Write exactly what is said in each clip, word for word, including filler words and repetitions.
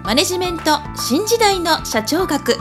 マネジメント新時代の社長学。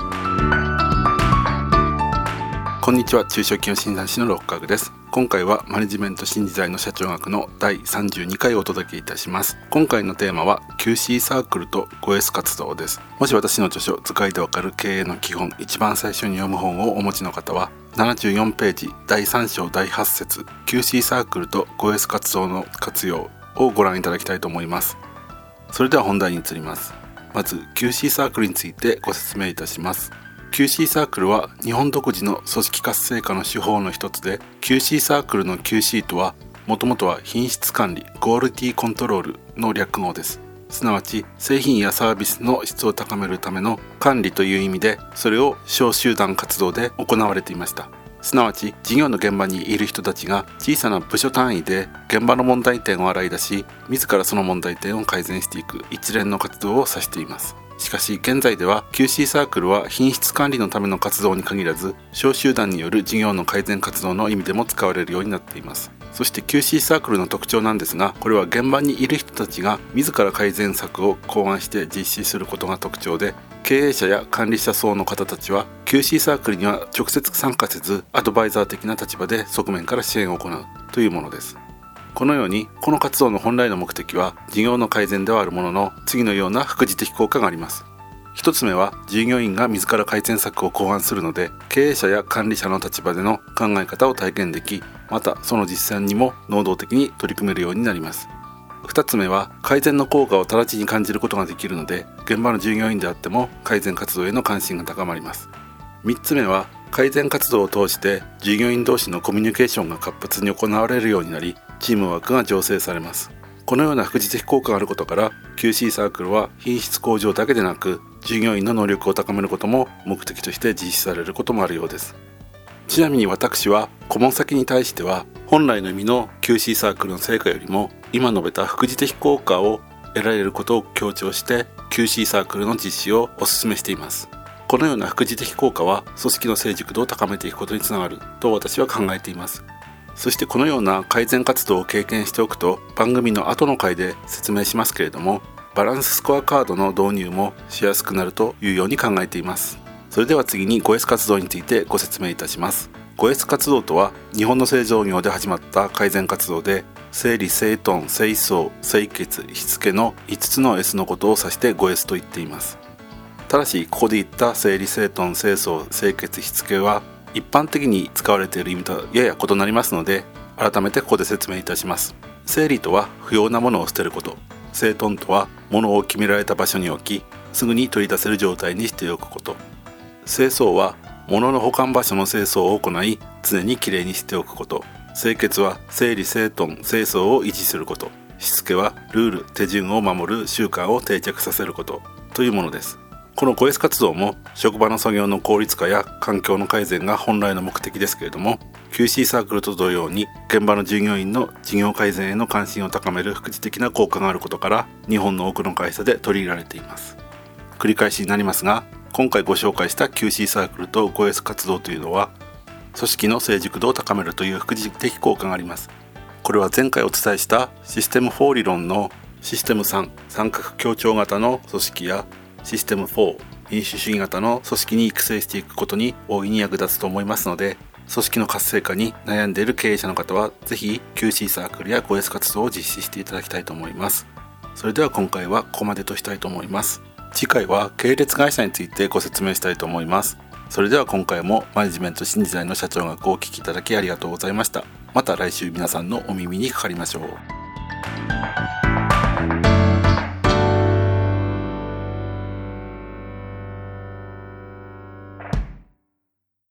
こんにちは、中小企業診断士の六角です。今回はマネジメント新時代の社長学のだいさんじゅうにかいをお届けいたします。今回のテーマは キューシー サークルと ごエス 活動です。もし私の著書図解でわかる経営の基本、一番最初に読む本をお持ちの方はななじゅうよんページだいさん章だいはち節 キューシー サークルと ごエス 活動の活用をご覧いただきたいと思います。それでは本題に移ります。まず キューシー サークルについてご説明いたします。キューシー サークルは日本独自の組織活性化の手法の一つで、 キューシー サークルの キューシー とはもともとは品質管理クオリティコントロールの略語です。すなわち製品やサービスの質を高めるための管理という意味で、それを小集団活動で行われていました。すなわち事業の現場にいる人たちが小さな部署単位で現場の問題点を洗い出し、自らその問題点を改善していく一連の活動を指しています。しかし現在では キューシー サークルは品質管理のための活動に限らず、小集団による事業の改善活動の意味でも使われるようになっています。そして キューシー サークルの特徴なんですが、これは現場にいる人たちが自ら改善策を考案して実施することが特徴で、経営者や管理者層の方たちは キューシー サークルには直接参加せず、アドバイザー的な立場で側面から支援を行うというものです。このようにこの活動の本来の目的は事業の改善ではあるものの、次のような副次的効果があります。一つ目は従業員が自ら改善策を考案するので、経営者や管理者の立場での考え方を体験でき、またその実践にも能動的に取り組めるようになります。二つ目は改善の効果を直ちに感じることができるので、現場の従業員であっても改善活動への関心が高まります。三つ目は改善活動を通して従業員同士のコミュニケーションが活発に行われるようになり、チームワークが醸成されます。このような副次的効果があることから、 キューシー サークルは品質向上だけでなく従業員の能力を高めることも目的として実施されることもあるようです。ちなみに私は顧問先に対しては、本来の意味の キューシー サークルの成果よりも今述べた副次的効果を得られることを強調して キューシー サークルの実施をお勧めしています。このような副次的効果は組織の成熟度を高めていくことにつながると私は考えています。そしてこのような改善活動を経験しておくと、番組の後の回で説明しますけれども、バランススコアカードの導入もしやすくなるというように考えています。それでは次に ごエス 活動についてご説明いたします。ごエス 活動とは日本の製造業で始まった改善活動で、整理整頓清掃清潔しつけのいつつの エス のことを指して ごエス と言っています。ただしここで言った整理整頓清掃清潔しつけは一般的に使われている意味とはやや異なりますので、改めてここで説明いたします。整理とは不要なものを捨てること、整頓とは物を決められた場所に置きすぐに取り出せる状態にしておくこと、清掃は物の保管場所の清掃を行い常にきれいにしておくこと、清潔は整理整頓清掃を維持すること、しつけはルール手順を守る習慣を定着させることというものです。この ごエス 活動も職場の作業の効率化や環境の改善が本来の目的ですけれども、 キューシー サークルと同様に現場の従業員の事業改善への関心を高める副次的な効果があることから日本の多くの会社で取り入れられています。繰り返しになりますが、今回ご紹介した キューシー サークルと ごエス 活動というのは組織の成熟度を高めるという副次的効果があります。これは前回お伝えしたシステムフォー理論のシステムさん三角協調型の組織やシステムフォー民主主義型の組織に育成していくことに大いに役立つと思いますので、組織の活性化に悩んでいる経営者の方はぜひ キューシー サークルや ごエス 活動を実施していただきたいと思います。それでは今回はここまでとしたいと思います。次回は系列会社についてご説明したいと思います。それでは今回もマネジメント新時代の社長学をお聞きいただきありがとうございました。また来週皆さんのお耳にかかりましょう。